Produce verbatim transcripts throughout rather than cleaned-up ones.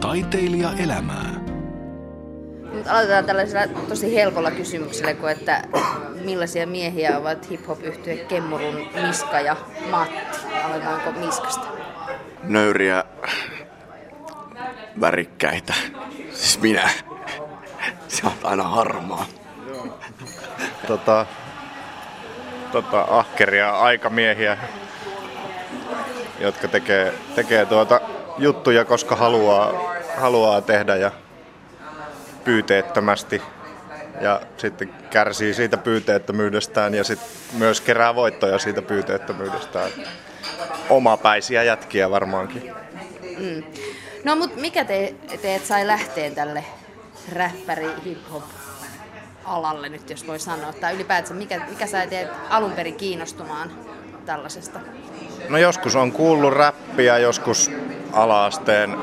Taiteilijaelämää. Nyt aloitetaan tällaisella tosi helpolla kysymyksellä, kuin että millaisia miehiä ovat hip-hop-yhtye Kemmurun Miska ja Matti. Aloitetaanko Miskasta? Nöyriä, värikkäitä. Siis minä. Se on aina harmaa. Tota, tota, ahkeria aikamiehiä, jotka tekee, tekee tuota juttuja, koska haluaa, haluaa tehdä ja pyyteettömästi. Ja sitten kärsii siitä pyyteettömyydestään ja sitten myös kerää voittoja siitä pyyteettömyydestään. Omapäisiä jätkiä varmaankin. Mm. No mut mikä te, teet sai lähteen tälle räppäri hip-hop alalle nyt, jos voi sanoa? Tai ylipäätään mikä, mikä sai teet alun perin kiinnostumaan tällaisesta? No joskus on kuullut räppiä, joskus ala-asteen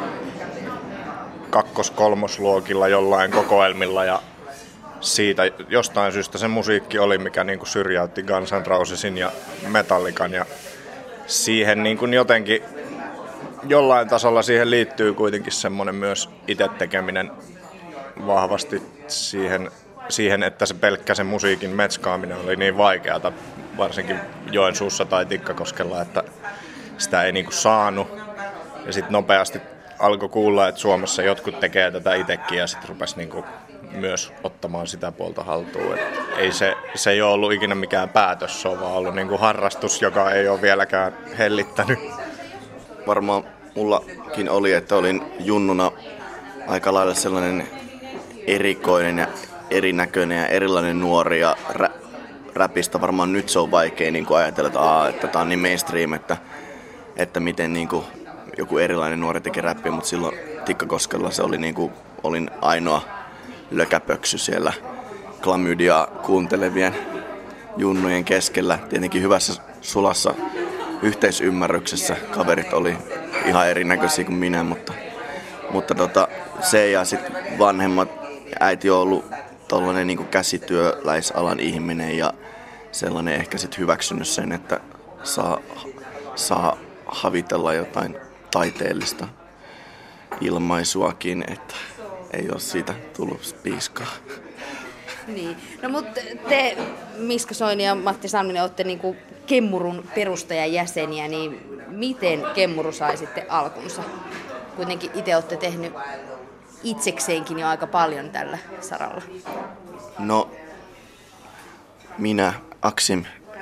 kakkos-kolmosluokilla jollain kokoelmilla ja siitä jostain syystä se musiikki oli, mikä niinku syrjäytti Guns N' Rosesin ja Metallican ja siihen niinku jotenkin jollain tasolla siihen liittyy kuitenkin semmoinen myös itse tekeminen vahvasti siihen, siihen, että se pelkkä sen musiikin metskaaminen oli niin vaikeata, varsinkin Joensuussa tai Tikkakoskella, että sitä ei niinku saanut. Ja sitten nopeasti alkoi kuulla, että Suomessa jotkut tekee tätä itsekin ja sitten rupesi niinku myös ottamaan sitä puolta haltuun. Et ei se, se ei ole ollut ikinä mikään päätös, se on vaan ollut niinku harrastus, joka ei ole vieläkään hellittänyt. Varmaan mullakin oli, että olin junnuna aika lailla sellainen erikoinen ja erinäköinen ja erilainen nuori ja rä- räpistä varmaan nyt se on vaikea niin kuin ajatella, että, aa, että tämä on niin mainstream, että, että miten niin kuin joku erilainen nuori teki räppiä, mutta silloin Tikkakoskella se oli niin kuin, olin ainoa lökäpöksy siellä klamydia kuuntelevien junnujen keskellä, tietenkin hyvässä sulassa yhteisymmärryksessä. Kaverit oli ihan erinäköisiä kuin minä, mutta, mutta tota, se ja sitten vanhemmat, äiti on ollut tollainen niin kuin käsityöläisalan ihminen ja sellainen ehkä sitten hyväksynyt sen, että saa, saa havitella jotain taiteellista ilmaisuakin, että ei ole siitä tullut piiskaa. Niin. No mutta te, Miska Soini ja Matti Salminen, olette niinku Kemmurun perustajajäseniä, niin miten Kemmuru sai sitten alkunsa? Kuitenkin itse olette tehnyt itsekseenkin jo aika paljon tällä saralla. No, minä, Aksim,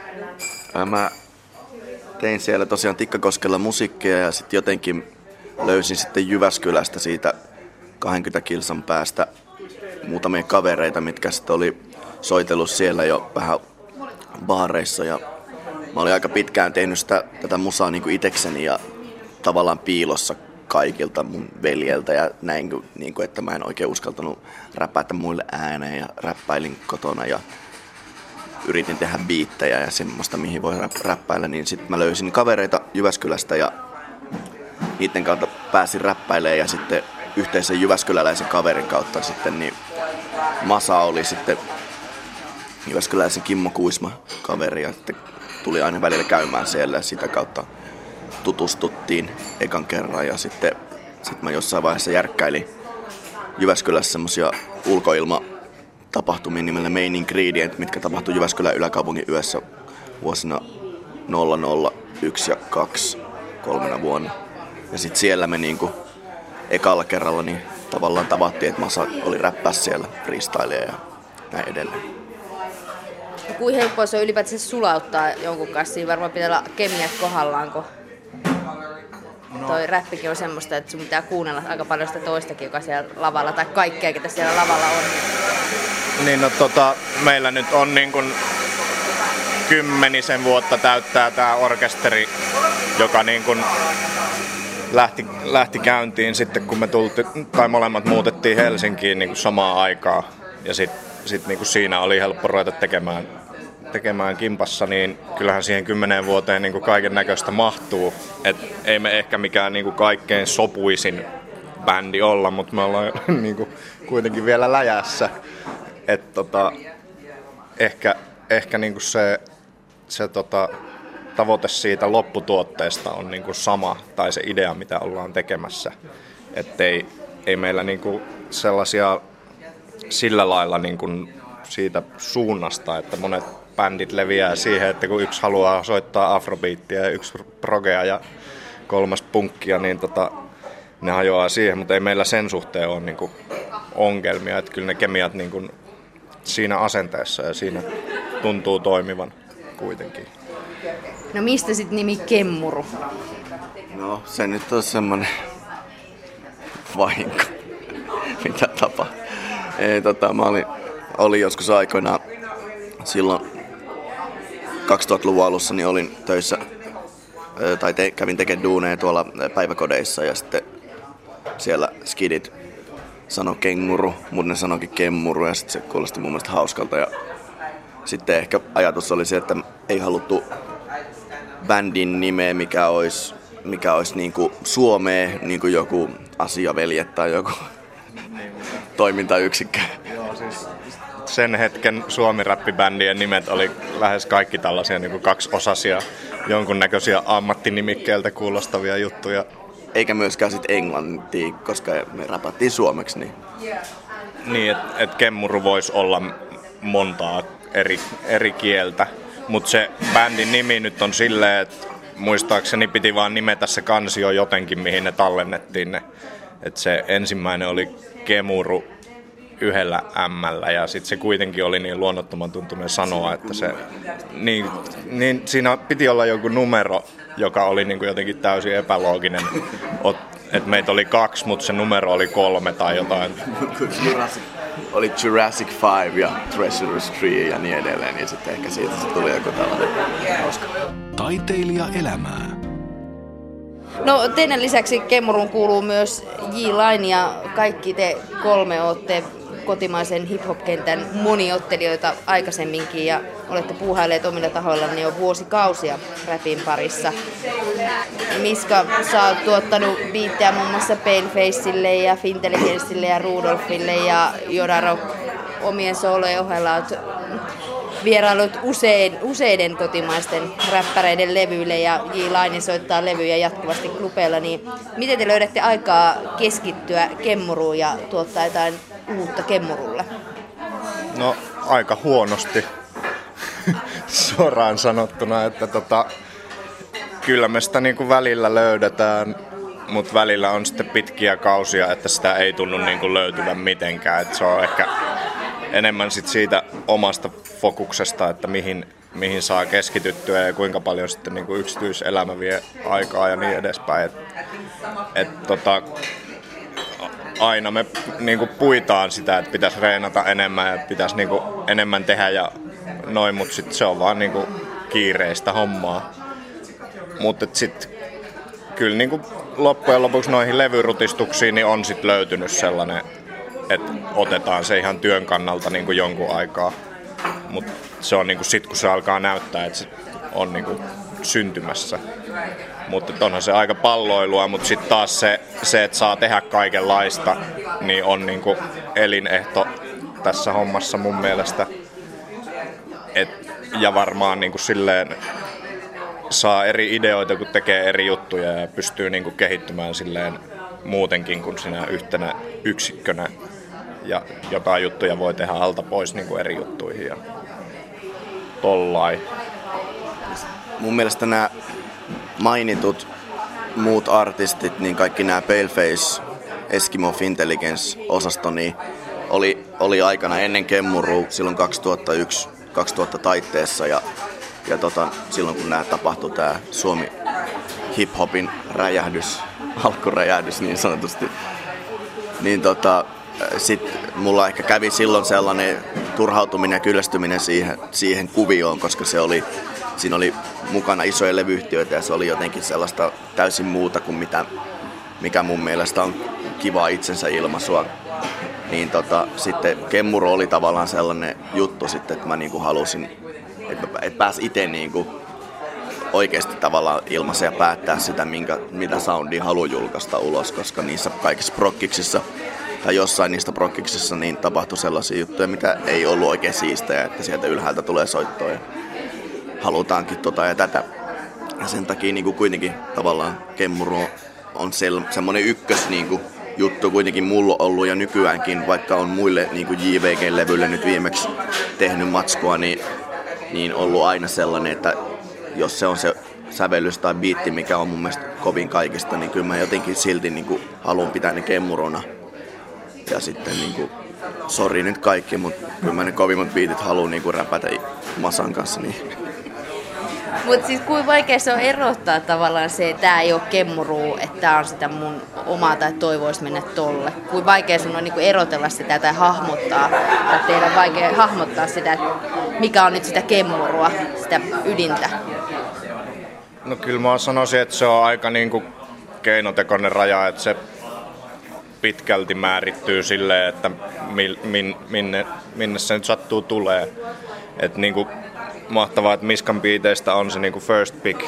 mä tein siellä tosiaan Tikkakoskella musiikkia ja sitten jotenkin löysin sitten Jyväskylästä siitä kaksikymmentä kilsan päästä muutamia kavereita, mitkä sitten oli soitellut siellä jo vähän baareissa ja mä olin aika pitkään tehnyt sitä, tätä musaa niin kuin itekseni ja tavallaan piilossa kaikilta mun veljeltä ja näin, niin kuin, että mä en oikein uskaltanut räpätä muille ääneen ja räppäilin kotona ja yritin tehdä biittejä ja semmoista, mihin voi räppäillä, niin sitten mä löysin kavereita Jyväskylästä ja niiden kautta pääsin räppäilemään ja sitten yhteisen jyväskyläläisen kaverin kautta sitten niin Masa oli sitten jyväskyläläisen Kimmo Kuisma kaveri ja sitten tuli aina välillä käymään siellä ja sitä kautta tutustuttiin ekan kerran ja sitten sit mä jossain vaiheessa järkkäilin Jyväskylässä semmosia ulkoilmatapahtumia nimellä Main Ingredient, mitkä tapahtui Jyväskylän yläkaupungin yössä vuosina nolla nolla yksi ja kaksi kolmena vuonna. Ja sitten siellä me niinku ekalla kerralla niin tavallaan tavattiin, että Masa oli räppäs siellä freestyleja ja näin edelleen. Ja kuin helppoa se on ylipäätään sulauttaa jonkun kanssa? Siinä varmaan pitää olla kemiat kohdallaan, kun no. Toi räppikin on semmoista, että sun pitää kuunnella aika paljon sitä toistakin, joka siellä lavalla, tai kaikkea, ketä siellä lavalla on. Niin no tota, meillä nyt on niin kuin kymmenisen vuotta täyttää tää orkesteri, joka niin kuin lähti, lähti käyntiin sitten, kun me tultiin, tai molemmat muutettiin Helsinkiin niin kuin samaan aikaan. Ja sitten sit niin kuin siinä oli helppo ruveta tekemään, tekemään kimpassa, niin kyllähän siihen kymmeneen vuoteen niin kuin kaiken näköistä mahtuu. Et ei me ehkä mikään niin kuin kaikkein sopuisin bändi olla, mutta me ollaan niin kuin kuitenkin vielä läjässä. Et tota, ehkä ehkä niin kuin se, se tota, tavoite siitä lopputuotteesta on niin kuin sama, tai se idea, mitä ollaan tekemässä. ettei ei meillä niinku sellaisia sillä lailla niinku siitä suunnasta, että monet bändit leviää siihen, että kun yksi haluaa soittaa afrobeattia ja yksi progea ja kolmas punkkia, niin tota, ne hajoaa siihen, mutta ei meillä sen suhteen ole niinku ongelmia, että kyllä ne kemiat niinku siinä asenteessa ja siinä tuntuu toimivan kuitenkin. No mistä sit nimi Kemmuru? No se nyt on semmonen vahinko, mitä tapaa. Ei, tota, mä olin, olin joskus aikoinaan silloin kaksituhattaluvun alussa, niin olin töissä tai te, kävin tekemään duuneja tuolla päiväkodeissa ja sitten siellä skidit sanoi kenguru, mutta ne sanoikin kemmuru ja sitten se kuulosti mun mielestä hauskalta. Ja sitten ehkä ajatus oli se, että ei haluttu bändin nimeä, mikä olisi, mikä olisi niinku Suomea, niin kuin joku Asiaveljet tai joku toimintayksikkö. Joo, siis sen hetken suomi-räppibändien nimet oli lähes kaikki tällaisia niin kuin kaksiosaisia, jonkunnäköisiä ammattinimikkeeltä kuulostavia juttuja. Eikä myöskään sit englantia, koska me rapattiin suomeksi. Niin, niin että et kemmuru voisi olla montaa eri, eri kieltä, mutta se bändin nimi nyt on silleen, että muistaakseni piti vaan nimetä se kansio jotenkin, mihin ne tallennettiin ne. Et se ensimmäinen oli Kemuru yhdellä ämmällä ja sitten se kuitenkin oli niin luonnottoman tuntuneen sanoa, että se, niin, niin siinä piti olla joku numero, joka oli niin kuin jotenkin täysin epälooginen, että meitä oli kaksi, mutta se numero oli kolme tai jotain. Jurassic, oli Jurassic Five ja Treasures Tree ja niin edelleen, niin sitten ehkä siitä tuli joku tällainen hauska. Taiteilijaelämää. No teidän lisäksi Kemmuruun kuuluu myös J-Line ja kaikki te kolme olette kotimaisen hip-hop-kentän moniottelijoita aikaisemminkin ja olette puuhailleet omilla tahoillanne jo vuosikausia rapin parissa. Miska, sä oot tuottanut biittejä muun muassa Palefaceille ja Fintelligensille ja Rudolfille ja Jodaro omien soolojen ohella oot vierailut usein, useiden kotimaisten räppäreiden levyille ja J-Line soittaa levyjä jatkuvasti klubeilla, niin miten te löydätte aikaa keskittyä Kemmuruun ja tuottaa jotain uutta Kemmurulle? No aika huonosti suoraan sanottuna, että tota, kyllä me sitä niinku välillä löydetään, mutta välillä on sitten pitkiä kausia, että sitä ei tunnu niinku löytyvän mitenkään, että se on ehkä enemmän sit siitä omasta fokuksesta, että mihin, mihin saa keskityttyä ja kuinka paljon sitten niin kuin yksityiselämä vie aikaa ja niin edespäin. Et, et, tota, aina me niin kuin puitaan sitä, että pitäisi reenata enemmän ja pitäisi niin kuin enemmän tehdä ja noin, mutta sitten se on vaan niin kuin kiireistä hommaa. Mutta sitten kyllä niin kuin loppujen lopuksi noihin levyrutistuksiin niin on sitten löytynyt sellainen, että otetaan se ihan työn kannalta niin kuin jonkun aikaa, mutta se on niin kuin sit kun se alkaa näyttää, että se on niin kuin syntymässä. Mutta onhan se aika palloilua, mutta sitten taas se, se, että saa tehdä kaikenlaista, niin on niin kuin elinehto tässä hommassa mun mielestä. Et, ja varmaan niin kuin silleen saa eri ideoita, kun tekee eri juttuja ja pystyy niin kuin kehittymään silleen muutenkin kuin sinä yhtenä yksikkönä. Ja jotain juttuja voi tehdä alta pois niin kuin eri juttuihin ja tollain. Mun mielestä nämä mainitut muut artistit, niin kaikki nämä Paleface, Eskimo, Fintelligence-osasto, niin oli, oli aikana ennen Kemmurua silloin kaksituhattayksi kaksituhatta taitteessa ja, ja tota, silloin kun nämä tapahtui tämä Suomi hip-hopin räjähdys, alkuräjähdys niin sanotusti, niin tota, sitten mulla ehkä kävi silloin sellainen turhautuminen ja kyllästyminen siihen, siihen kuvioon, koska se oli, siinä oli mukana isoja levyyhtiöitä ja se oli jotenkin sellaista täysin muuta kuin mitä, mikä mun mielestä on kivaa itsensä ilmaisua. Niin tota, sitten Kemmuru oli tavallaan sellainen juttu sitten, että mä niinku halusin, että et pääs itse niinku oikeasti tavallaan ilmaisen ja päättää sitä, minkä, mitä soundia haluan julkaista ulos, koska niissä kaikissa prokkiksissa tai jossain niistä prokkiksissa niin tapahtui sellaisia juttuja, mitä ei ollut oikein siistejä, että sieltä ylhäältä tulee soittoa ja halutaankin tota ja tätä. Ja sen takia niin kuin kuitenkin tavallaan Kemmuru on se, semmoinen ykkös niin kuin juttu kuitenkin mulla ollut ja nykyäänkin, vaikka on muille niin kuin J V G-levylle nyt viimeksi tehnyt matskua, niin, niin ollut aina sellainen, että jos se on se sävellys tai biitti, mikä on mun mielestä kovin kaikista, niin kyllä mä jotenkin silti niin kuin haluan pitää ne kemmurona. Ja sitten niin kuin, sori nyt kaikki, mutta kyllä mä ne kovimmat biitit haluan niin kuin räpätä Masan kanssa. Niin. Mutta siis kuinka vaikea se on erottaa tavallaan se, että tää ei ole kemmuruu, että tää on sitä mun omaa tai toivoisi mennä tolle. Kuinka vaikea sun on niinku erotella sitä tai hahmottaa, tai teidän on vaikea hahmottaa sitä, että mikä on nyt sitä kemmurua, sitä ydintä. No kyllä mä sanoisin, että se on aika niinku keinotekoinen raja, että se pitkälti määrittyy silleen, että min, min, minne, minne se nyt sattuu tulee. Että niinku mahtavaa, että Miskan biiteistä on se niinku first pick.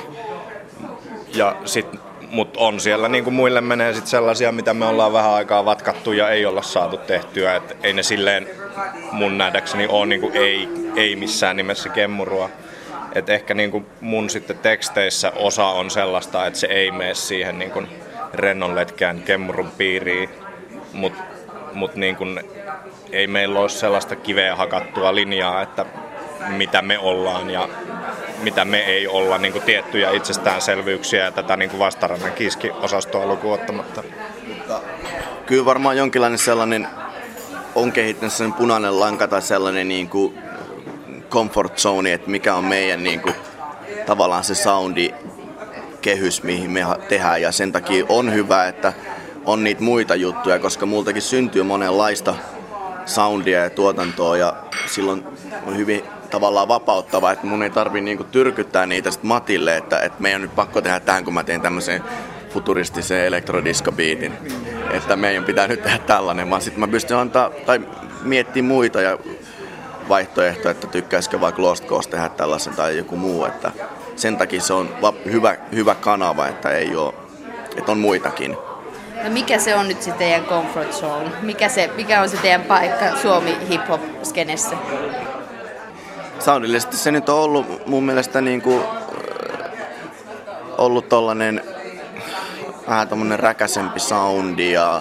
Ja sit, mut on siellä niinku muille menee sit sellaisia, mitä me ollaan vähän aikaa vatkattu ja ei olla saatu tehtyä. Et ei ne silleen mun nähdäkseni oo niinku ei, ei missään nimessä kemmurua. Et ehkä niinku mun sitten teksteissä osa on sellaista, että se ei mene siihen niinku rennon letkään kemmurun piiriin. Mut, mut niinku ei meillä ole sellaista kiveä hakattua linjaa, että mitä me ollaan ja mitä me ei olla, niin kuin tiettyjä itsestäänselvyyksiä ja tätä niin kuin Vastarannan Kiski-osastoa lukuun ottamatta. Kyllä varmaan jonkinlainen sellainen on kehittänyt sellainen punainen lanka tai sellainen niin kuin comfort zone, että mikä on meidän niin kuin, tavallaan se soundi kehys, mihin me tehdään, ja sen takia on hyvä, että on niitä muita juttuja, koska multakin syntyy monenlaista soundia ja tuotantoa, ja silloin on hyvin tavallaan vapauttava, että mun ei tarvii niinku tyrkyttää niitä sit Matille, että, että meidän on nyt pakko tehdä tähän, kun mä teen tämmöisen futuristisen elektrodiskobiitin, että meidän pitää nyt tehdä tällainen, vaan sitten mä pystyn antaa tai miettimään muita ja vaihtoehtoja, että tykkäisikö vaikka Lost Coast tehdä tällaisen tai joku muu, että sen takia se on hyvä, hyvä kanava, että ei ole, että on muitakin. No mikä se on nyt se teidän comfort zone? Mikä, se, mikä on se teidän paikka Suomi hip-hop-skenessä? Soundillisesti se nyt on ollut mun mielestä niin kuin, ollut tollanen vähän tommonen räkäsempi soundi ja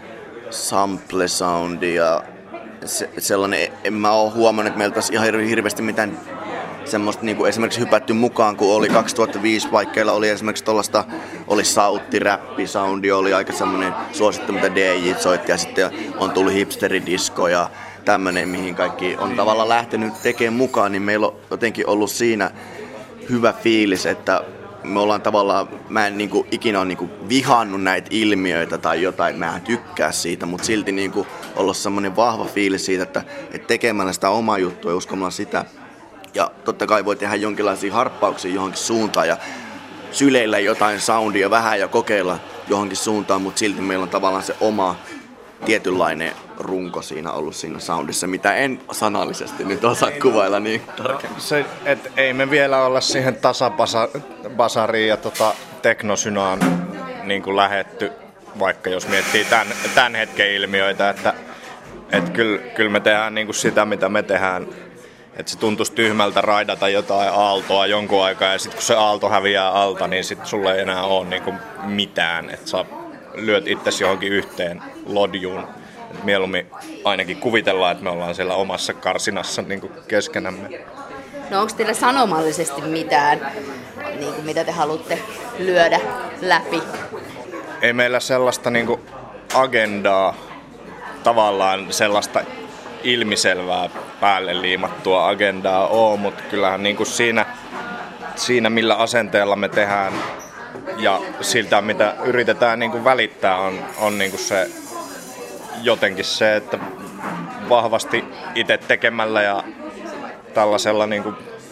sample soundi ja se, sellainen, en mä oo huomannut, että meillä taas ihan hirveästi mitään semmoista niinku esimerkiksi hypätty mukaan, kun oli kaksituhattaviisi paikkeilla oli esimerkiksi tollaista, oli sautti, räppi, soundi, oli aika semmoinen suosittu, mitä D J:t soitti, ja sitten on tullut hipsteridisko ja tämmönen, mihin kaikki on tavallaan lähtenyt tekemään mukaan, niin meillä on jotenkin ollut siinä hyvä fiilis, että me ollaan tavallaan, mä en niinku ikinä ole niinku vihannut näitä ilmiöitä tai jotain, mä en tykkää siitä, mutta silti niinku ollut semmoinen vahva fiilis siitä, että, että tekemällä sitä omaa juttua ja uskomalla sitä. Ja totta kai voi tehdä jonkinlaisia harppauksia johonkin suuntaan ja syleillä jotain soundia vähän ja kokeilla johonkin suuntaan, mutta silti meillä on tavallaan se oma tietynlainen runko siinä ollut siinä soundissa, mitä en sanallisesti nyt osaa kuvailla niin tarkemmin. Se, et ei me vielä olla siihen tasabasariin ja tota teknosynaan niin kuin lähetty, vaikka jos miettii tämän, tämän hetken ilmiöitä, että et kyllä, kyllä me tehdään niin kuin sitä, mitä me tehdään. Että se tuntuisi tyhmältä raidata jotain aaltoa jonkun aikaa ja sitten kun se aalto häviää alta, niin sitten sulla ei enää ole niinku mitään. Että sä lyöt itsesi johonkin yhteen lodjuun. Et mieluummin ainakin kuvitellaan, että me ollaan siellä omassa karsinassa niinku keskenämme. No onko teillä sanomallisesti mitään, niin kuin mitä te haluatte lyödä läpi? Ei meillä sellaista niinku agendaa, tavallaan sellaista ilmiselvää päälle liimattua agendaa on, mutta kyllähän niin kuin siinä, siinä, millä asenteella me tehdään ja siltä, mitä yritetään niin kuin välittää, on, on niin kuin se jotenkin se, että vahvasti itse tekemällä ja tällaisella niin kuin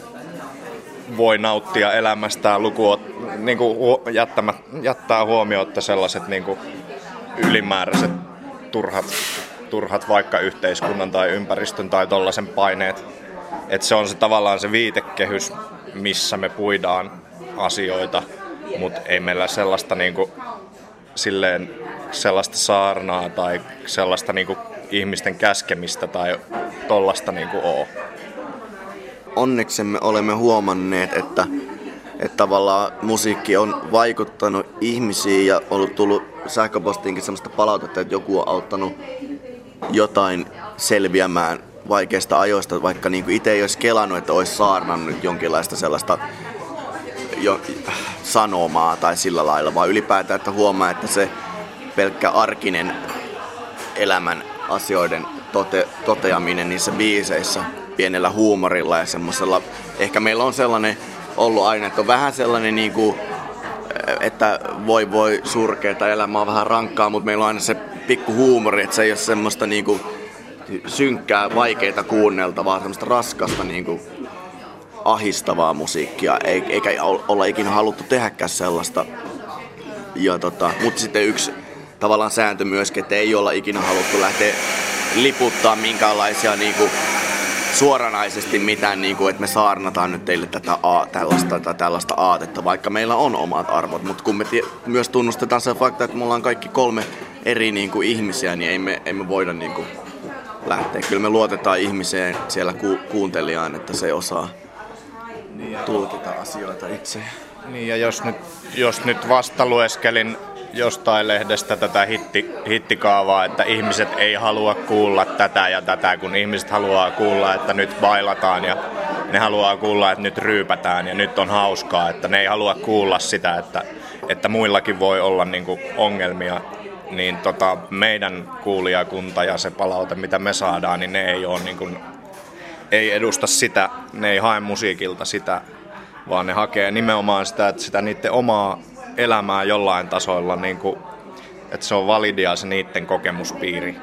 voi nauttia elämästään lukuun, niin kuin jättämä, jättää huomiotta sellaiset niin kuin ylimääräiset turhat turhat vaikka yhteiskunnan tai ympäristön tai tollaisen paineet. Että se on se tavallaan se viitekehys, missä me puidaan asioita, mutta ei meillä sellaista niinku silleen sellaista saarnaa tai sellaista niinku ihmisten käskemistä tai tollasta niinku oo. Onneksemme olemme huomanneet, että, että tavallaan musiikki on vaikuttanut ihmisiin ja ollut tullut sähköpostiinkin semmoista palautetta, että joku on auttanut jotain selviämään vaikeista ajoista, vaikka niinku itse ei olisi kelannut, että olisi saarnannut jonkinlaista sellaista jo, sanomaa tai sillä lailla, vaan ylipäätään, että huomaa, että se pelkkä arkinen elämän asioiden tote, toteaminen niissä biiseissä pienellä huumorilla ja semmoisella, ehkä meillä on sellainen ollut aina, että on vähän sellainen niinku, että voi voi surkeeta, elämä on vähän rankkaa, mutta meillä on aina se pikku huumori, että se ei ole semmoista niinku synkkää, vaikeita kuunneltavaa, semmoista raskasta niinku ahistavaa musiikkia, eikä olla ikinä haluttu tehdäkään sellaista. Ja tota, mutta sitten yksi tavallaan sääntö myöskin, että ei olla ikinä haluttu lähteä liputtaa minkäänlaisia niinku suoranaisesti mitään, niinku, että me saarnataan nyt teille tätä a, tällaista tai tällaista aatetta, vaikka meillä on omat arvot. Mutta kun me tie, myös tunnustetaan se fakta, että me ollaan kaikki kolme eri niinku ihmisiä, niin ei me, ei me voida niinku lähteä. Kyllä me luotetaan ihmiseen siellä ku, kuuntelijaan, että se osaa tulkita asioita itse. Niin, ja jos nyt, jos nyt vasta lueskelin jostain lehdestä tätä hitti, hittikaavaa, että ihmiset ei halua kuulla tätä ja tätä, kun ihmiset haluaa kuulla, että nyt bailataan ja ne haluaa kuulla, että nyt ryypätään ja nyt on hauskaa, että ne ei halua kuulla sitä, että, että muillakin voi olla niin kuin ongelmia, niin tota, meidän kuulijakunta ja se palaute, mitä me saadaan, niin ne ei ole niin kuin, ei edusta sitä, ne ei hae musiikilta sitä, vaan ne hakee nimenomaan sitä, että sitä niiden omaa elämää jollain tasoilla, niin kuin, että se on validia se niiden kokemuspiiri.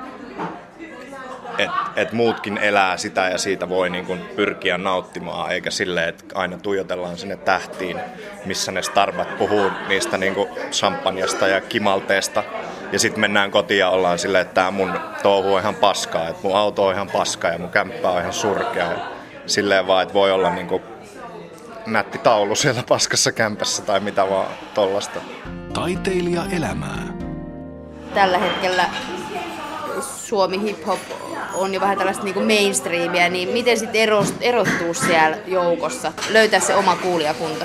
Että et muutkin elää sitä ja siitä voi niin kuin pyrkiä nauttimaan, eikä silleen, että aina tuijotellaan sinne tähtiin, missä ne starbat puhuu niistä niin kuin champanjasta ja kimalteesta. Ja sitten mennään kotiin ja ollaan silleen, että tää mun touhu on ihan paskaa, että mun auto on ihan paskaa ja mun kämppä on ihan surkea. Ja silleen vaan, että voi olla niin kuin nätti taulu siellä paskassa kämpässä tai mitä vaan tollasta. Taiteilija elämää. Tällä hetkellä Suomi hip-hop on jo vähän tällaista niin kuin mainstreamia, niin miten sitten erottuu siellä joukossa, löytää se oma kuulijakunta?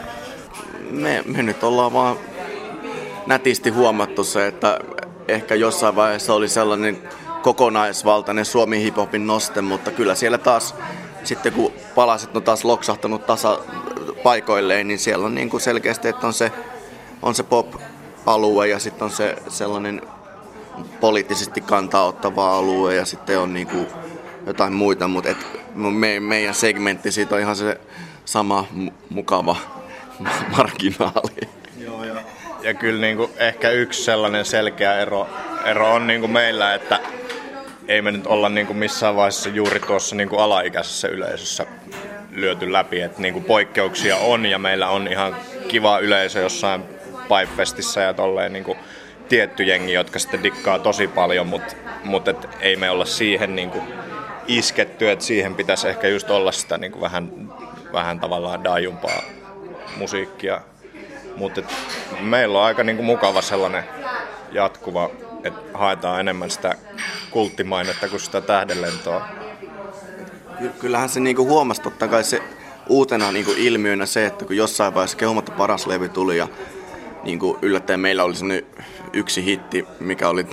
Me, me nyt ollaan vaan nätisti huomattu se, että ehkä jossain vaiheessa oli sellainen kokonaisvaltainen Suomi hip-hopin noste, mutta kyllä siellä taas sitten kun palaset on taas loksahtanut tasa paikoilleen, niin siellä on niin kuin selkeästi, että on se, on se pop-alue ja sitten on se sellainen poliittisesti kantaa ottava alue ja sitten on niin kuin jotain muita, mutta et me, meidän segmentti siitä on ihan se sama mu- mukava marginaali. Joo, ja, ja kyllä niin kuin ehkä yksi sellainen selkeä ero, ero on niin kuin meillä, että ei me nyt olla niin kuin missään vaiheessa juuri tuossa niin kuin alaikäisessä yleisössä lyöty läpi, että niin kuin poikkeuksia on ja meillä on ihan kiva yleisö jossain Pipefestissä ja tolleen niin kuin tietty jengi, jotka sitten dikkaa tosi paljon, mutta mut et ei me olla siihen niin kuin isketty, että siihen pitäisi ehkä just olla sitä niin kuin vähän, vähän tavallaan daajumpaa musiikkia, mutta meillä on aika niin kuin mukava sellainen jatkuva, että haetaan enemmän sitä kulttimainetta kuin sitä tähdenlentoa. Kyllähän se niinku huomasi totta kai se uutena niinku ilmiönä se, että kun jossain vaiheessa Kehumatta paras levy tuli ja niinku yllättäen meillä oli sellainen yksi hitti, mikä oli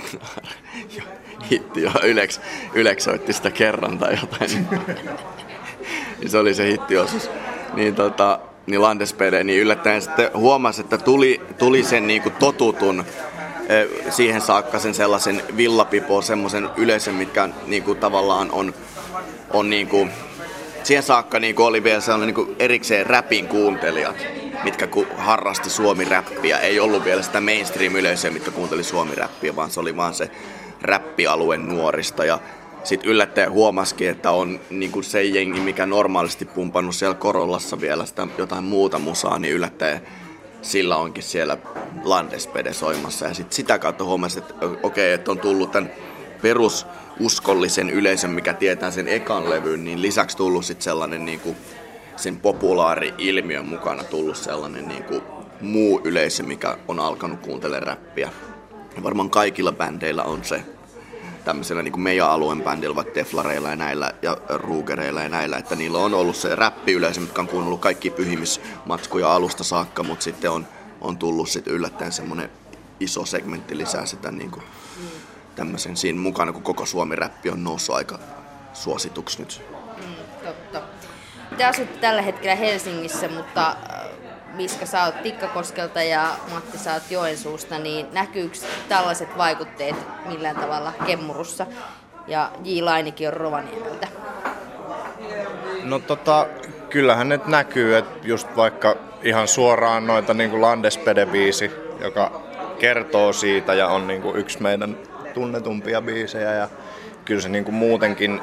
hitti jo, Yleks, Yleks soitti sitä kerran tai jotain, niin se oli se hittiosuus. Niin, tota, niin Landespede, niin yllättäen sitten huomasi, että tuli, tuli sen niinku totutun siihen saakka sen sellaisen villapipo, semmoisen yleisön, mitkä niinku tavallaan on, on niinku, siihen saakka niinku oli vielä sellainen niinku erikseen räpin kuuntelijat, mitkä ku, harrasti suomi-räppiä. Ei ollut vielä sitä mainstream-yleisöä, mitkä kuunteli suomi-räppiä, vaan se oli vaan se räppialueen nuorista. Ja sitten yllättäen huomasikin, että on niinku se jengi, mikä normaalisti pumpannut siellä Korollassa vielä sitä jotain muuta musaa, niin yllättäen sillä onkin siellä Landespede soimassa. Ja sit sitä kautta huomasin, että okei, okay, että on tullut tämän perususkollisen yleisön, mikä tietää sen ekan levyn, niin lisäksi tullut sit sellainen niinku sen populaari-ilmiön mukana tullut sellainen niinku muu yleisö, mikä on alkanut kuuntelemaan räppiä. Ja varmaan kaikilla bändeillä on se tämmöisellä niin kuin meidän alueen bändillä, vaikka Teflareilla ja näillä ja Rugereilla ja näillä, että niillä on ollut se räppiyleisö, mitkä on kuunnellut kaikki pyhimismatskuja alusta saakka, mutta sitten on, on tullut sitten yllättäen semmoinen iso segmentti lisää sitä niin kuin, tämmöisen siinä mukana, kun koko Suomi-räppi on noussut aika suosituksi nyt. Mm, totta. Te asutte tällä hetkellä Helsingissä, mutta Miska, sä oot Tikkakoskelta ja Matti, sä oot Joensuusta, niin näkyykö tällaiset vaikutteet millään tavalla Kemmurussa? Ja J. Lainikin on Rovaniemeltä. No tota, kyllähän ne näkyy, että just vaikka ihan suoraan noita niin kuin Landespede-biisi, joka kertoo siitä ja on niin kuin yksi meidän tunnetumpia biisejä. Ja kyllä se niin kuin muutenkin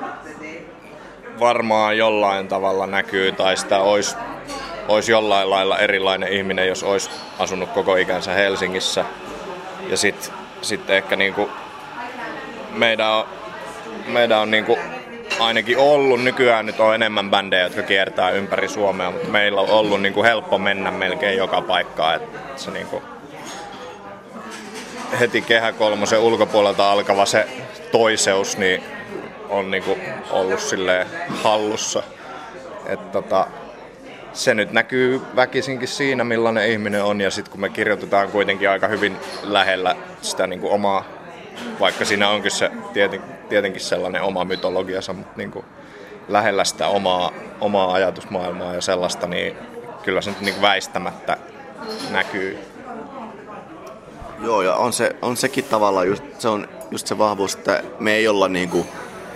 varmaan jollain tavalla näkyy, tai sitä olisi, olisi jollain lailla erilainen ihminen, jos olisi asunut koko ikänsä Helsingissä. Ja sitten sit ehkä niin kuin meidän on, meidän on niin kuin ainakin ollut, nykyään nyt on enemmän bändejä, jotka kiertää ympäri Suomea, mutta meillä on ollut niin kuin helppo mennä melkein joka paikkaan. Että se niin kuin heti Kehä Kolmosen ulkopuolelta alkava se toiseus niin on niin kuin ollut silleen hallussa. Et tota, se nyt näkyy väkisinkin siinä, millainen ihminen on, ja sitten kun me kirjoitetaan kuitenkin aika hyvin lähellä sitä niin kuin omaa, vaikka siinä onkin se tieten, tietenkin sellainen oma mytologiansa, mutta niin kuin lähellä sitä omaa, omaa ajatusmaailmaa ja sellaista, niin kyllä se nyt niin kuin väistämättä näkyy. Joo, ja on, se, on sekin tavallaan just se, on just se vahvuus, että me ei olla niinku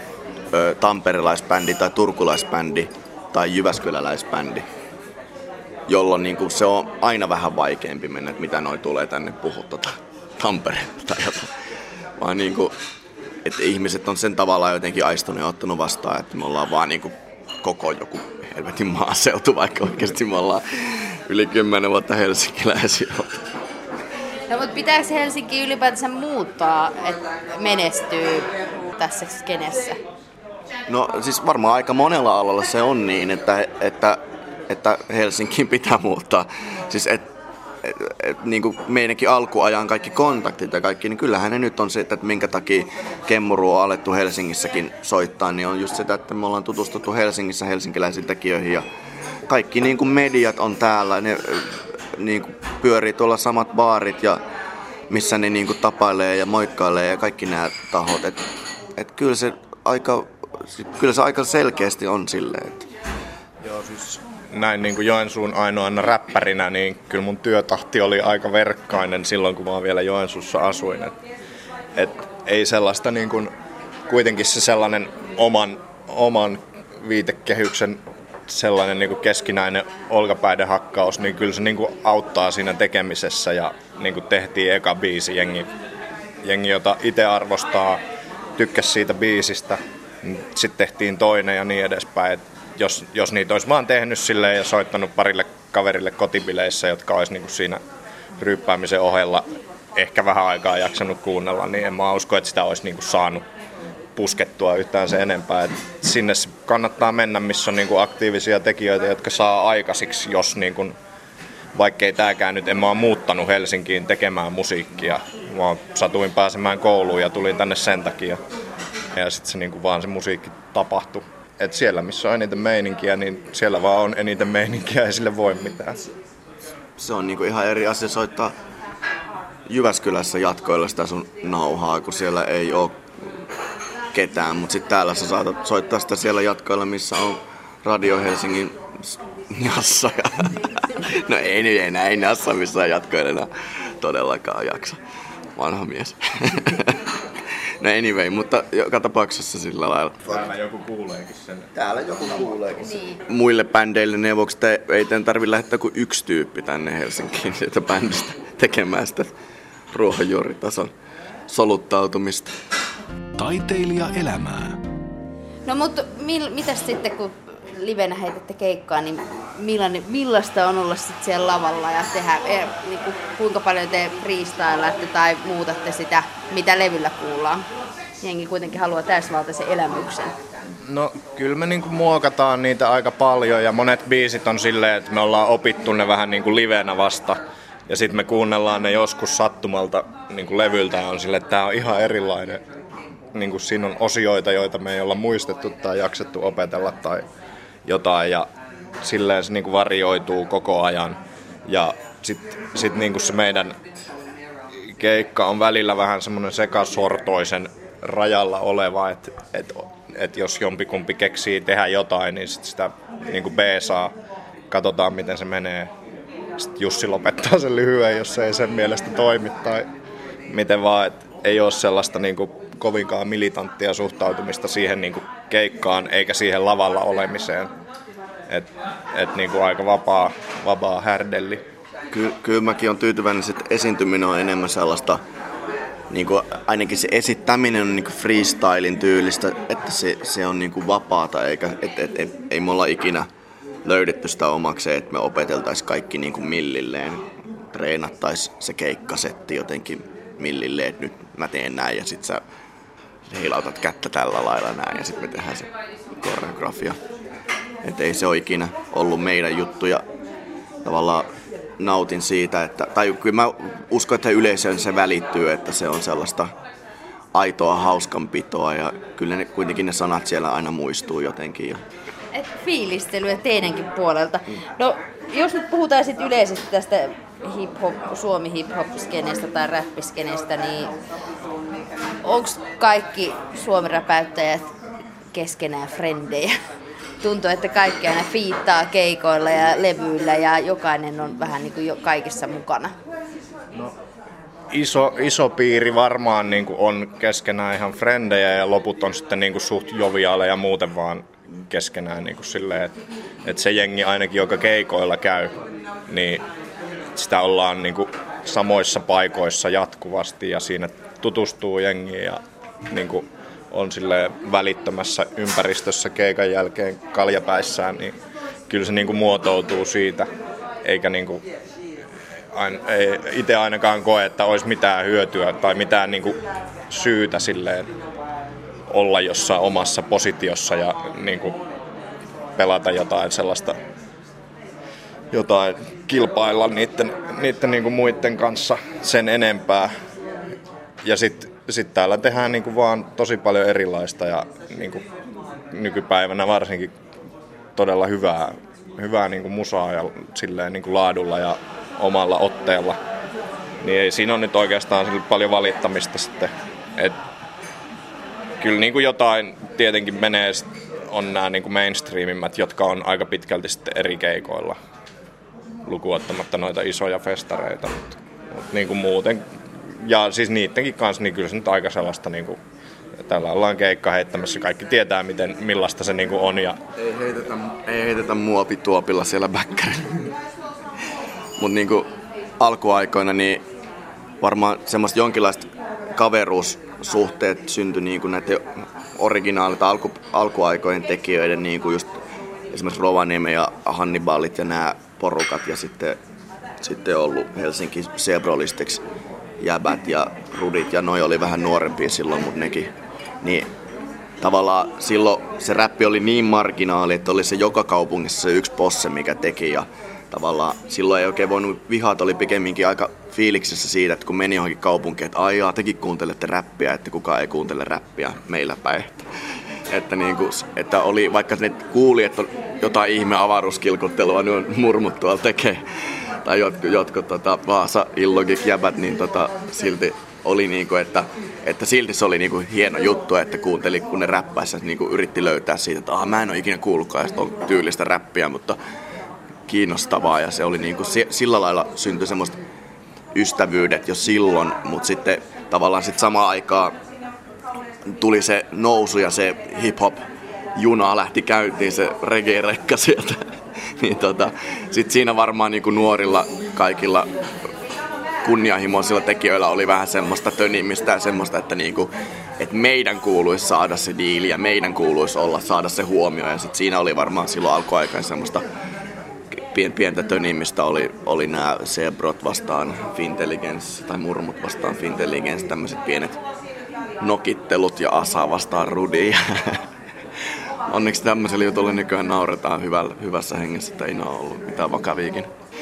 ö, tamperelaisbändi tai turkulaisbändi tai jyväskyläläisbändi, jolloin niinku se on aina vähän vaikeampi mennä, että mitä noi tulee tänne puhua tota Tampereelta tai jotain. Vaan niinku, että ihmiset on sen tavallaan jotenkin aistunut ja ottanut vastaan, että me ollaan vaan niinku koko joku helvetin maaseutu, vaikka oikeasti me ollaan yli kymmenen vuotta helsinkiläisiä. No, mutta pitääkö Helsinki ylipäätänsä muuttaa, että menestyy tässä skenessä? No siis varmaan aika monella alalla se on niin, että, että, että Helsinkiin pitää muuttaa. Siis et, et, et, niin kuin meidänkin alkuajan kaikki kontaktit ja kaikki, niin kyllähän ne nyt on se, että minkä takia Kemmuru on alettu Helsingissäkin soittaa, niin on just sitä, että me ollaan tutustuttu Helsingissä helsinkiläisiin tekijöihin ja kaikki niin kuin mediat on täällä, ne niin kuin pyörii tuolla samat baarit ja missä ne niin kuin tapailee ja moikkailee ja kaikki nämä tahot. Et, et kyllä, se aika, kyllä se aika selkeästi on silleen. Että Joo, siis näin niin kuin Joensuun ainoana räppärinä, niin kyllä mun työtahti oli aika verkkainen silloin, kun mä vielä Joensuussa asuin. Et, et ei sellaista niin kuin, kuitenkin se sellainen oman, oman viitekehyksen sellainen niin kuin keskinäinen olkapäiden hakkaus, niin kyllä se niin kuin auttaa siinä tekemisessä ja niin kuin tehtiin eka biisi, jengi, jengi jota itse arvostaa, tykkäsi siitä biisistä, sitten tehtiin toinen ja niin edespäin. Et jos, jos niitä olisi vaan tehnyt silleen ja soittanut parille kaverille kotibileissä, jotka olisi niin kuin siinä ryyppäämisen ohella ehkä vähän aikaa jaksanut kuunnella, niin en mä usko, että sitä olisi niin kuin saanut puskettua yhtään se enempää. Et sinne kannattaa mennä, missä on niinku aktiivisia tekijöitä, jotka saa aikaisiksi, jos niinku, vaikkei tääkään nyt, en mä oon muuttanut Helsinkiin tekemään musiikkia. Mä satuin pääsemään kouluun ja tulin tänne sen takia. Ja sitten se niinku vaan se musiikki tapahtui. Et siellä, missä on eniten meininkiä, niin siellä vaan on eniten meininkiä, ei sille voi mitään. se on niinku ihan eri asia soittaa Jyväskylässä jatkoilla sitä sun nauhaa, kun siellä ei oo ketään, mutta sitten täällä sä saatat soittaa sitä siellä jatkoilla, missä on Radio Helsingin jassa. No ei nyt enää, ei jassa missään jatkoilla enää todellakaan jaksa. Vanha mies. No anyway, mutta joka tapauksessa sillä lailla. Täällä joku kuuleekin sen. Täällä joku kuuleekin sen. Niin. Muille bändeille neuvoksi, että ei teidän tarvitse lähettää kuin yksi tyyppi tänne Helsinkiin sieltä bändistä tekemään sitä ruohonjuuritason soluttautumista. Taiteilija elämää. No mutta mil, mitäs sitten kun livenä heitätte keikkaa, niin millainen, millaista on olla sitten siellä lavalla ja tehdä, e, niin kuin, kuinka paljon te freestylaatte tai muutatte sitä, mitä levyllä kuullaan? Jengi kuitenkin haluaa täysvaltaisen elämyksen. No kyllä me niinku muokataan niitä aika paljon ja monet biisit on silleen, että me ollaan opittu ne vähän niinku livenä vasta. Ja sitten me kuunnellaan ne joskus sattumalta niinku levyltä ja on silleen, että tää on ihan erilainen. Niinku siinä on osioita, joita me ei olla muistettu tai jaksettu opetella tai jotain ja silleen se niinku varioituu koko ajan. Ja sitten sit niinku se meidän keikka on välillä vähän semmoinen sekasortoisen rajalla oleva, että et, et jos jompikumpi keksii tehdä jotain, niin sit sitä niin kuin beesaa, katsotaan miten se menee. Sitten Jussi lopettaa sen lyhyen, jos se ei sen mielestä toimi tai miten vaan, että ei ole sellaista niin kuin kovinkaan militanttia suhtautumista siihen niin kuin keikkaan eikä siihen lavalla olemiseen. Et, et niin kuin aika vapaa, vapaa härdelli. Ky- kyllä mäkin on tyytyväinen, että esiintyminen on enemmän sellaista, niin kuin, ainakin se esittäminen on niin kuin freestylin tyylistä, että se, se on niin kuin vapaata, eikä, et, et, et, ei me olla ikinä löydetty sitä omakseen, että me opeteltaisiin kaikki niin kuin millilleen, treenattaisiin se keikkasetti jotenkin millilleen, että nyt mä teen näin ja sit sä heilautat kättä tällä lailla näin ja sit me tehdään se koreografia. Että ei se ole ikinä ollut meidän juttu ja tavallaan nautin siitä, että, tai kyllä mä uskon, että yleisöön se välittyy, että se on sellaista aitoa hauskanpitoa ja kyllä ne, kuitenkin ne sanat siellä aina muistuu jotenkin. Et fiilistelyä teidänkin puolelta. No, jos nyt puhutaan sit yleisesti tästä hip-hop, Suomi hip-hop-skeneestä tai räppiskeneestä, niin onko kaikki suomiräpäyttäjät keskenään frendejä? Tuntuu, että kaikki aina fiittaa keikoilla ja levyillä ja jokainen on vähän niin kuin jo kaikessa mukana. No, iso, iso piiri varmaan niin kuin on keskenään ihan frendejä ja loput on sitten niin kuin suht joviaaleja muuten vaan keskenään niin kuin silleen, että, että se jengi ainakin, joka keikoilla käy, niin sitä ollaan niin kuin samoissa paikoissa jatkuvasti ja siinä tutustuu jengiin ja niin kuin on silleen välittömässä ympäristössä keikan jälkeen kaljapäissään, niin kyllä se niin kuin muotoutuu siitä, eikä niin kuin, ei itse ainakaan koe, että olisi mitään hyötyä tai mitään niin kuin syytä silleen olla jossain omassa positiossa ja niin kuin pelata jotain sellaista, jotain kilpailla niiden, niiden niin kuin muiden kanssa sen enempää. Ja sitten sit täällä tehdään niin kuin vaan tosi paljon erilaista ja niin kuin nykypäivänä varsinkin todella hyvää, hyvää niin kuin musaa ja silleen niin kuin laadulla ja omalla otteella. Niin ei siinä on nyt oikeastaan paljon valittamista sitten. Et kyllä niin kuin jotain tietenkin menee, on nämä niin kuin mainstreamimmät, jotka on aika pitkälti sitten eri keikoilla, lukuottamatta noita isoja festareita, mutta, mutta niin kuin muuten, ja siis niidenkin kanssa, niin kyllä se nyt aika sellaista, niin kuin, täällä ollaan keikka heittämässä, kaikki tietää miten, millaista se niin kuin on. Ja ei heitetä, ei heitetä muovituopilla siellä bäkkärillä. Mutta niin kuin alkuaikoina niin varmaan semmoista jonkinlaista kaveruussuhteet syntyi niin kuin näiden originaalita alku, alkuaikojen tekijöiden, niin kuin just esimerkiksi Rovaniemen ja Hannibalit ja nämä porukat ja sitten, sitten ollut Helsinki Zebrolisteksi jäbät ja rudit ja noi oli vähän nuorempia silloin, mutta nekin. Niin tavallaan silloin se räppi oli niin marginaali, että oli se joka kaupungissa se yksi posse, mikä teki ja tavallaan silloin ei oikein voinut vihata, oli pikemminkin aika fiiliksissä siitä, että kun meni johonkin kaupunkiin, että aijaa, tekin kuuntelette räppiä, että kukaan ei kuuntele räppiä meillä päin. Että, niin kuin, että oli, vaikka ne kuuli, että jotain ihme avaruuskilkuttelua niin murmut tuolla tekee, tai jotkut, jotkut tota, Vaasa Illogik jäbät, niin tota, silti oli niinku, että, että silti se oli niinku hieno juttu, että kuunteli, kun ne räppäisi, niinku yritti löytää siitä, että mä en ole ikinä kuullutkaan, että on tyylistä räppiä, mutta kiinnostavaa, ja se oli niinku, sillä lailla syntyi semmoista ystävyydet jo silloin, mutta sitten tavallaan sit samaan aikaan tuli se nousu ja se hip-hop juna lähti käyntiin, se reggae-rekka sieltä. niin tota, sit siinä varmaan niinku nuorilla kaikilla kunnianhimoisilla tekijöillä oli vähän semmoista tönimistä ja semmoista, että niinku, et meidän kuuluisi saada se diili ja meidän kuuluisi olla, saada se huomio. Ja sit siinä oli varmaan silloin alkuaikaan semmoista pientä tönimistä, oli, oli nämä Zebrot vastaan Fintelligence tai Murmut vastaan Fintelligence, tämmöiset pienet nokittelut ja Asa vastaan Rudi. Onneksi tämmöisellä jutulla nykyään nauretaan hyvällä, hyvässä hengessä, että ei ole ollut mitään vakaviikin.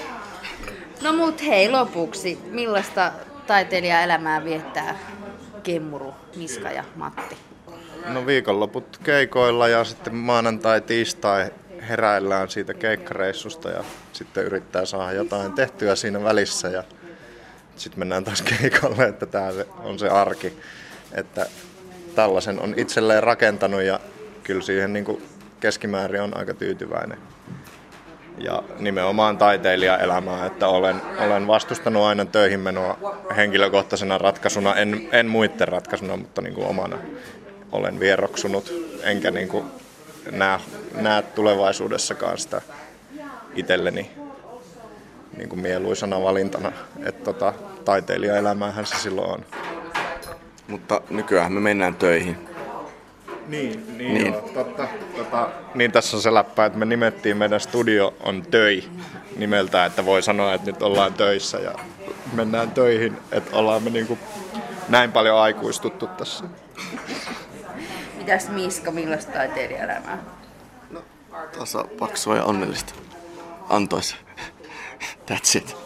No mut hei, lopuksi, millaista taiteilijaelämää viettää Kemmuru, Miska ja Matti? No viikonloput keikoilla ja sitten maanantai, tiistai heräillään siitä keikkareissusta ja sitten yrittää saada jotain tehtyä siinä välissä ja sitten mennään taas keikalle, että tämä on se arki. Että tällaisen on itselleen rakentanut ja kyllä siihen niin kuin keskimäärin on aika tyytyväinen. Ja nimenomaan taiteilijaelämää, että olen, olen vastustanut aina töihin menoa henkilökohtaisena ratkaisuna, en, en muiden ratkaisuna, mutta niin kuin omana olen vieroksunut, enkä niin kuin näe, näe tulevaisuudessakaan sitä itselleni niin kuin mieluisana valintana, että tota, taiteilijaelämäähän se silloin on. Mutta nykyään me mennään töihin. Niin, niin, niin. Joo, totta. Tota, niin tässä on se läppä, että me nimettiin meidän studio on Töi nimeltä, että voi sanoa, että nyt ollaan töissä ja mennään töihin, että ollaan me niinku näin paljon aikuistuttu tässä. Mitäs Miska, millaista taiteilijaelämää? No, tasa paksua ja onnellista. Antoisa. That's it.